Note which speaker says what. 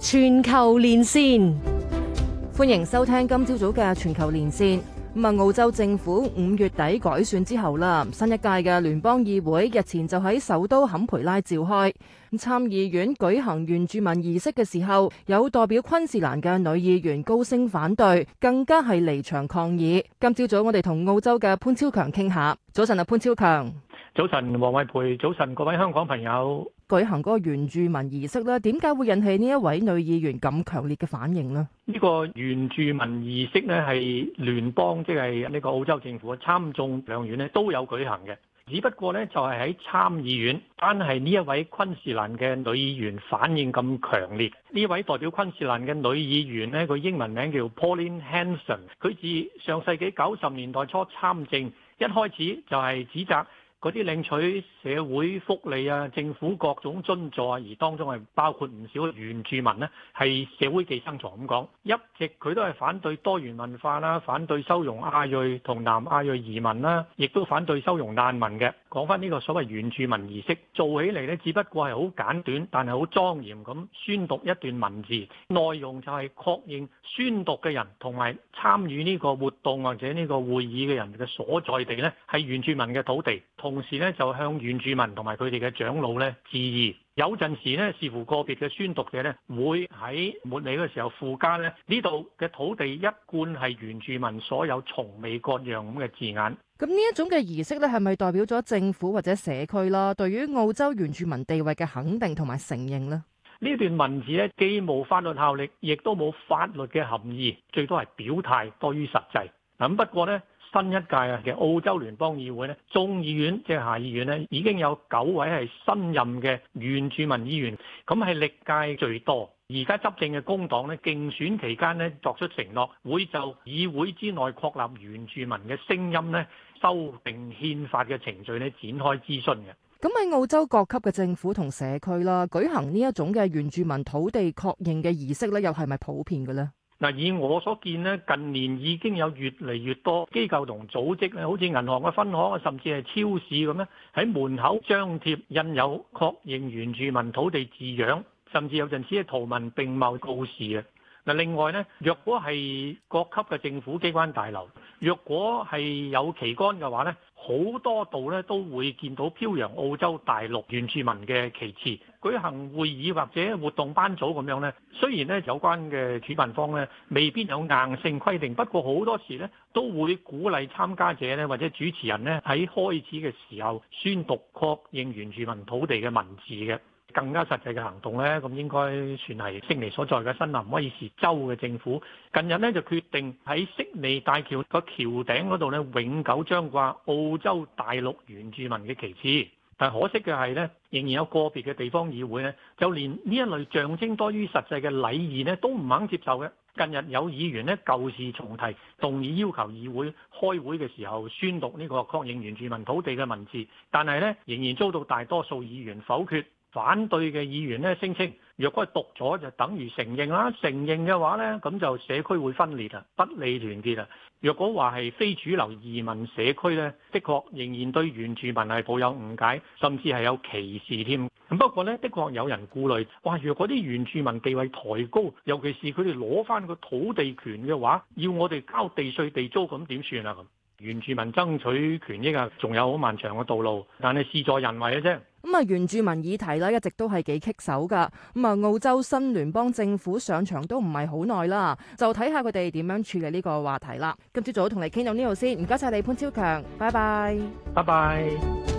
Speaker 1: 全球連線，歡迎收聽今朝早嘅全球連線。澳洲政府5月底改選之後啦，新一屆嘅聯邦議會日前就喺首都坎培拉召開。參議院舉行原住民儀式嘅時候，有代表昆士蘭嘅女議員高聲反對，更加係離場抗議。今朝早我哋同澳洲嘅潘超強傾下。早晨啊，潘超強。
Speaker 2: 早晨，黃慧培。早晨，各位香港朋友。
Speaker 1: 舉行嗰個原住民儀式咧，點解會引起呢一位女議員咁強烈嘅反應呢？
Speaker 2: 呢個原住民儀式呢，係聯邦即係呢個澳洲政府參眾兩院呢都有舉行嘅，只不過呢，就係喺參議院，單係呢一位昆士蘭嘅女議員反應咁強烈。呢位代表昆士蘭嘅女議員呢，個英文名叫 Pauline Hanson， 佢自上世紀90年代初參政，一開始就係指責嗰啲領取社會福利啊、政府各種津助啊，而當中係包括唔少原住民呢，係社會寄生蟲咁講。一直佢都係反對多元文化啦，反對收容亞裔同南亞裔移民啦，亦都反對收容難民嘅。講翻呢個所謂原住民儀式，做起嚟呢，只不過係好簡短，但係好莊嚴咁宣讀一段文字，內容就係確認宣讀嘅人同埋參與呢個活動或者呢個會議嘅人嘅所在地呢，係原住民嘅土地。同時咧，就向原住民同埋佢哋嘅長老咧致意。有陣時咧，視乎個別嘅宣讀者咧，會喺末尾嘅時候附加咧，呢度嘅土地一貫係原住民所有，從未割讓咁嘅字眼。
Speaker 1: 咁呢一種嘅儀式咧，係咪代表咗政府或者社區啦，對於澳洲原住民地位嘅肯定同埋承認呢？
Speaker 2: 呢段文字咧，既冇法律效力，亦都冇法律嘅含義，最多係表態多於實際。咁不過呢，新一屆嘅澳洲聯邦議會呢，眾議院即係下議院呢，已經有9位係新任嘅原住民議員，咁係歷屆最多。而家執政嘅工黨呢，競選期間呢，作出承諾，會就議會之內確立原住民嘅聲音呢，修訂憲法嘅程序呢，展開諮詢嘅。
Speaker 1: 咁喺澳洲各級嘅政府同社區啦，舉行呢一種嘅原住民土地確認嘅儀式呢，又係咪普遍嘅呢？
Speaker 2: 嗱，以我所見咧，近年已經有越嚟越多機構同組織咧，好似銀行嘅分行啊，甚至係超市咁咧，喺門口張貼印有確認原住民土地字樣，甚至有陣時係圖文並茂告示嘅。嗱，另外咧，若果係各級嘅政府機關大樓，若果係有旗杆嘅話咧，好多度咧都會見到飄揚澳洲大陸原住民嘅旗幟。舉行會議或者活動班組咁樣咧，雖然咧有關嘅主辦方咧未必有硬性規定，不過好多時咧都會鼓勵參加者咧或者主持人咧喺開始嘅時候宣讀確認原住民土地嘅文字嘅。更加實際嘅行動呢，咁應該算係悉尼所在嘅新南威爾士州嘅政府近日呢就決定喺悉尼大橋個橋頂嗰度呢永久張掛澳洲大陸原住民嘅旗幟。但可惜嘅係呢，仍然有個別嘅地方議會呢，就連呢一類象徵多於實際嘅禮儀呢都唔肯接受嘅。近日有議員呢舊事重提，動議要求議會開會嘅時候宣讀呢個確認原住民土地嘅文字，但係呢仍然遭到大多數議員否決。反對嘅議員呢聲稱，若果係讀咗就等於承認啦，承認嘅話呢，咁就社區會分裂啊，不利團結啊。若果話係非主流移民社區呢，的確仍然對原住民係抱有誤解，甚至係有歧視添。不過呢，的確有人顧慮，哇！若果啲原住民地位抬高，尤其是佢哋攞翻個土地權嘅話，要我哋交地稅地租，咁點算啊？咁原住民爭取權益啊，仲有好漫長嘅道路，但係事在人為嘅啫。
Speaker 1: 原住民議題咧一直都係幾棘手噶。澳洲新聯邦政府上場都唔係好耐啦，就睇下佢哋點樣處理呢個話題啦。今朝早同你傾到呢度先，唔該晒你潘超強，拜拜。
Speaker 2: 拜拜。